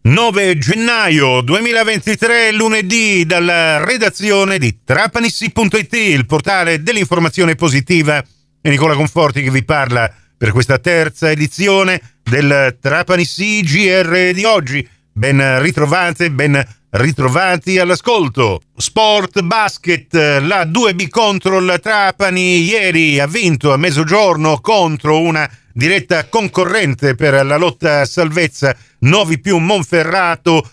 9 gennaio 2023, lunedì, dalla redazione di Trapanissi.it, il portale dell'informazione positiva. È Nicola Conforti che vi parla per questa terza edizione del Trapanissi GR di oggi. Ben ritrovate, ben ritrovati all'ascolto. Sport basket, la 2B contro il Trapani ieri ha vinto a mezzogiorno contro una diretta concorrente per la lotta a salvezza, Novi più Monferrato,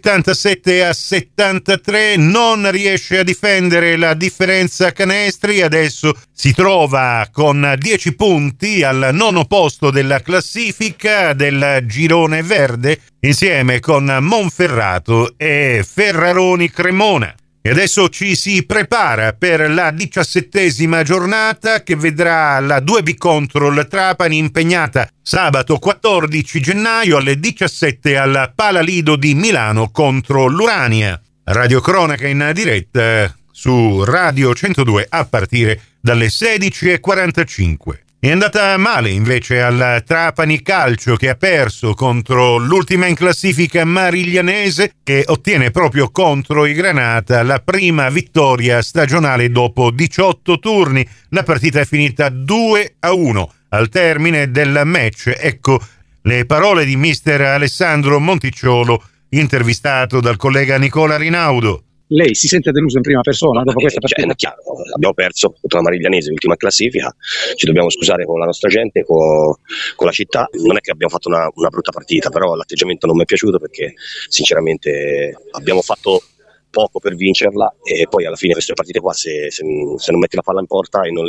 77-73. Non riesce a difendere la differenza canestri, adesso si trova con 10 punti al nono posto della classifica del girone verde, insieme con Monferrato e Ferraroni Cremona. E adesso ci si prepara per la 17ª giornata che vedrà la 2B contro il Trapani impegnata sabato 14 gennaio alle 17 al Palalido di Milano contro l'Urania. Radiocronaca in diretta su Radio 102 a partire dalle 16:45. È andata male invece al Trapani Calcio, che ha perso contro l'ultima in classifica Mariglianese, che ottiene proprio contro i Granata la prima vittoria stagionale dopo 18 turni. La partita è finita 2-1 al termine del match. Ecco le parole di mister Alessandro Monticciolo, intervistato dal collega Nicola Rinaudo. Lei si sente deluso in prima persona dopo questa partita? È chiaro, abbiamo perso contro la Mariglianese, ultima classifica, ci dobbiamo scusare con la nostra gente, con la città. Non è che abbiamo fatto una brutta partita, però l'atteggiamento non mi è piaciuto perché sinceramente abbiamo fatto poco per vincerla e poi alla fine queste partite qua se non metti la palla in porta e non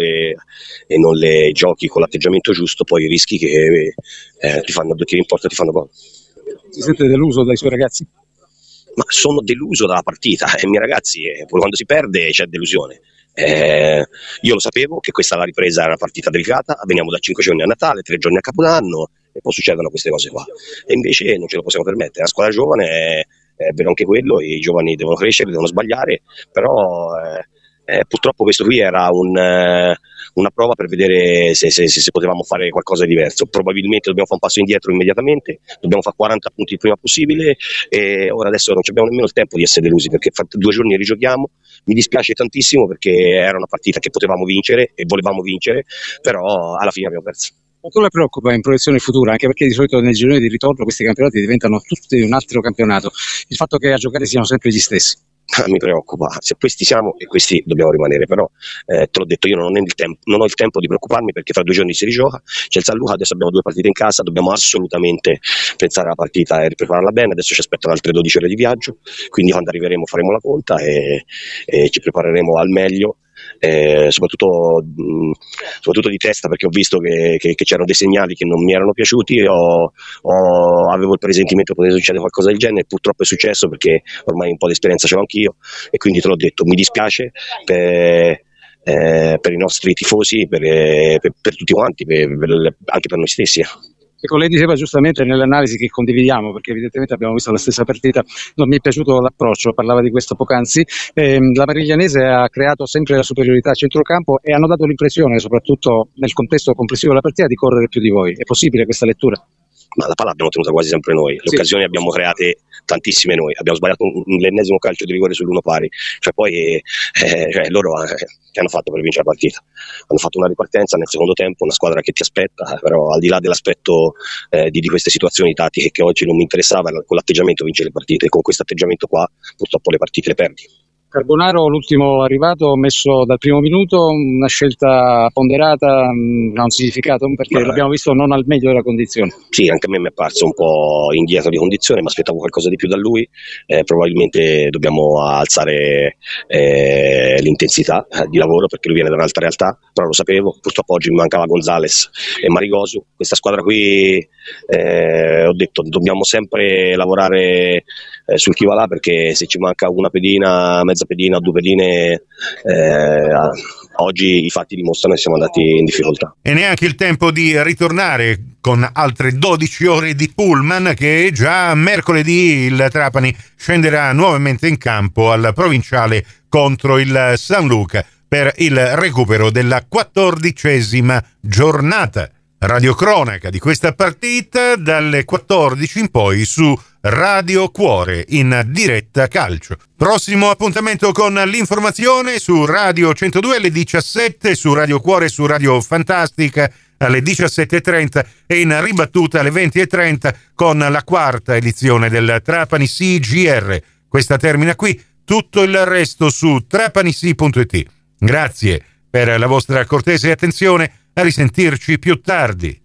le giochi con l'atteggiamento giusto, poi rischi che ti fanno 2 tiri in porta e ti fanno gol. Si sente deluso dai suoi ragazzi? Ma sono deluso dalla partita e i miei ragazzi, quando si perde c'è delusione. Io lo sapevo che questa la ripresa era una partita delicata, veniamo da 5 giorni a Natale, 3 giorni a Capodanno e poi succedono queste cose qua e invece non ce lo possiamo permettere. È una squadra giovane, è vero anche quello, i giovani devono crescere, devono sbagliare, però purtroppo questo qui era una prova per vedere se potevamo fare qualcosa di diverso. Probabilmente dobbiamo fare un passo indietro immediatamente, dobbiamo fare 40 punti il prima possibile e ora adesso non abbiamo nemmeno il tempo di essere delusi perché fra 2 giorni rigiochiamo. Mi dispiace tantissimo perché era una partita che potevamo vincere e volevamo vincere, però alla fine abbiamo perso. Quanto la preoccupa in proiezione futura, anche perché di solito nei gironi di ritorno questi campionati diventano tutti un altro campionato, il fatto che a giocare siano sempre gli stessi? Mi preoccupa, se questi siamo e questi dobbiamo rimanere, però te l'ho detto, io non ho il tempo di preoccuparmi perché fra 2 giorni si rigioca, c'è il San Luca, adesso abbiamo 2 partite in casa, dobbiamo assolutamente pensare alla partita e prepararla bene. Adesso ci aspettano altre 12 ore di viaggio, quindi quando arriveremo faremo la conta e ci prepareremo al meglio. Soprattutto di testa, perché ho visto che c'erano dei segnali che non mi erano piaciuti, avevo il presentimento che poteva succedere qualcosa del genere, purtroppo è successo perché ormai un po' di esperienza ce l'ho anch'io e quindi te l'ho detto, mi dispiace per i nostri tifosi, per tutti quanti, anche per noi stessi. Ecco, lei diceva giustamente nell'analisi che condividiamo, perché evidentemente abbiamo visto la stessa partita, non mi è piaciuto l'approccio, parlava di questo poc'anzi, la Mariglianese ha creato sempre la superiorità a centrocampo e hanno dato l'impressione, soprattutto nel contesto complessivo della partita, di correre più di voi. È possibile questa lettura? Ma la palla abbiamo tenuta quasi sempre noi, le occasioni abbiamo create tantissime noi, abbiamo sbagliato l'ennesimo calcio di rigore sull'1 pari, loro che hanno fatto per vincere la partita? Hanno fatto una ripartenza nel secondo tempo, una squadra che ti aspetta, però al di là dell'aspetto di queste situazioni tattiche che oggi non mi interessava, con l'atteggiamento vince le partite e con questo atteggiamento qua purtroppo le partite le perdi. Carbonaro, l'ultimo arrivato, messo dal primo minuto, una scelta ponderata, ha un significato perché l'abbiamo visto non al meglio della condizione. Sì, anche a me mi è parso un po' indietro di condizione, mi aspettavo qualcosa di più da lui, probabilmente dobbiamo alzare l'intensità di lavoro perché lui viene da un'altra realtà, però lo sapevo, purtroppo oggi mi mancava Gonzales e Marigosu, questa squadra qui ho detto dobbiamo sempre lavorare sul chi va là, perché se ci manca una pedina, mezza pedina, 2 pedine, oggi i fatti dimostrano che siamo andati in difficoltà. E neanche il tempo di ritornare con altre 12 ore di pullman, che già mercoledì il Trapani scenderà nuovamente in campo al provinciale contro il San Luca per il recupero della 14ª giornata. radiocronaca di questa partita dalle 14 in poi su Radio Cuore in diretta calcio. Prossimo appuntamento con l'informazione su Radio 102 alle 17, su Radio Cuore e su Radio Fantastica alle 17.30 e in ribattuta alle 20.30 con la quarta edizione del Trapani CGR. Questa termina qui, tutto il resto su trapanisi.it. Grazie per la vostra cortese attenzione, a risentirci più tardi.